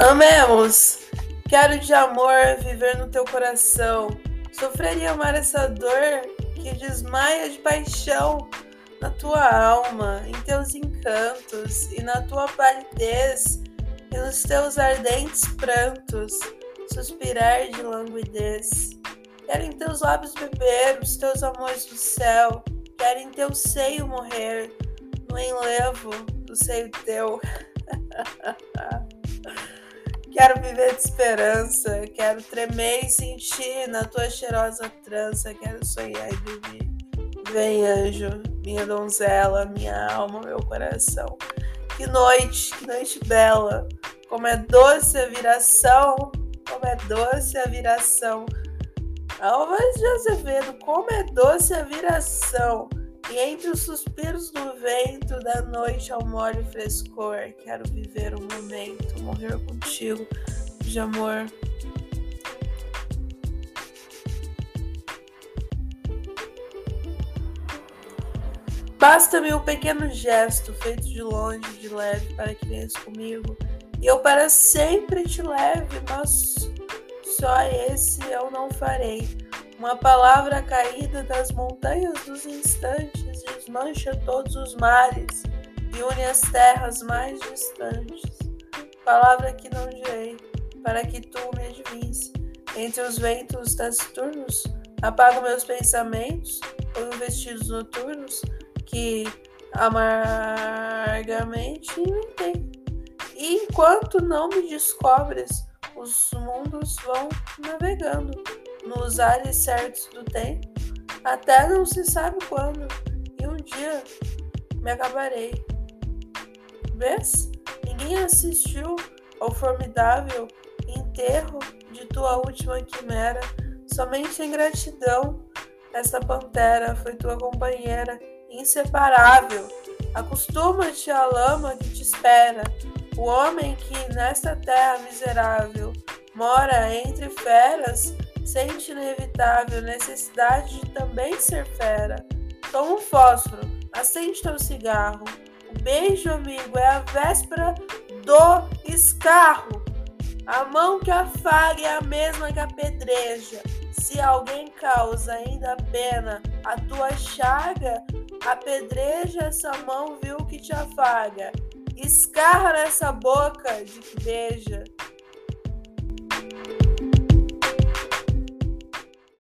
Amemos, quero de amor viver no teu coração. Sofreria amar essa dor que desmaia de paixão na tua alma, em teus encantos e na tua palidez, e nos teus ardentes prantos, suspirar de languidez. Quero em teus lábios beber os teus amores do céu, quero em teu seio morrer, no enlevo do seio teu. Quero viver de esperança, quero tremer e sentir na tua cheirosa trança, quero sonhar e dormir. Vem, anjo, minha donzela, minha alma, meu coração. Que noite bela, como é doce a viração, como é doce a viração. Álvares de Azevedo, como é doce a viração. E entre os suspiros do vento, da noite ao mole frescor, quero viver um momento, morrer contigo de amor. Basta-me um pequeno gesto, feito de longe, de leve, para que venhas comigo, e eu para sempre te leve, mas só esse eu não farei. Uma palavra caída das montanhas dos instantes desmancha todos os mares e une as terras mais distantes. Palavra que não direi, para que tu me adivinhes. Entre os ventos taciturnos, apago meus pensamentos, ponho vestidos noturnos que amargamente inventei. E enquanto não me descobres, os mundos vão navegando nos ares certos do tempo, até não se sabe quando, e um dia me acabarei. Vês? Ninguém assistiu ao formidável enterro de tua última quimera, somente em gratidão. Esta pantera foi tua companheira inseparável. Acostuma-te à lama que te espera, o homem que nesta terra miserável mora entre feras, sente inevitável necessidade de também ser fera. Toma um fósforo, acende teu cigarro. O beijo, amigo, é a véspera do escarro. A mão que afaga é a mesma que apedreja. Se alguém causa ainda pena a tua chaga, apedreja essa mão, viu, que te afaga. Escarra nessa boca de que beija.